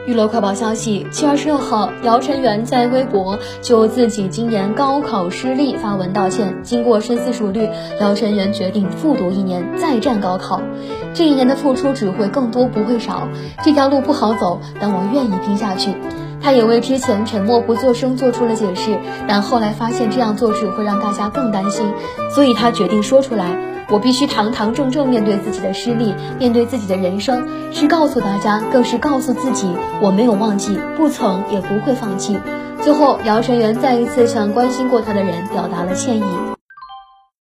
娱乐快报消息，7月26号，姚晨元在微博就自己今年高考失利发文道歉。经过深思熟虑，姚晨元决定复读1年，再战高考。这1年的付出只会更多不会少，这条路不好走，但我愿意拼下去。他也为之前沉默不作声做出了解释，但后来发现这样做只会让大家更担心，所以他决定说出来。我必须堂堂正正面对自己的失利，面对自己的人生，是告诉大家，更是告诉自己，我没有忘记，不曾也不会放弃。最后，姚晨元再一次向关心过他的人表达了歉意。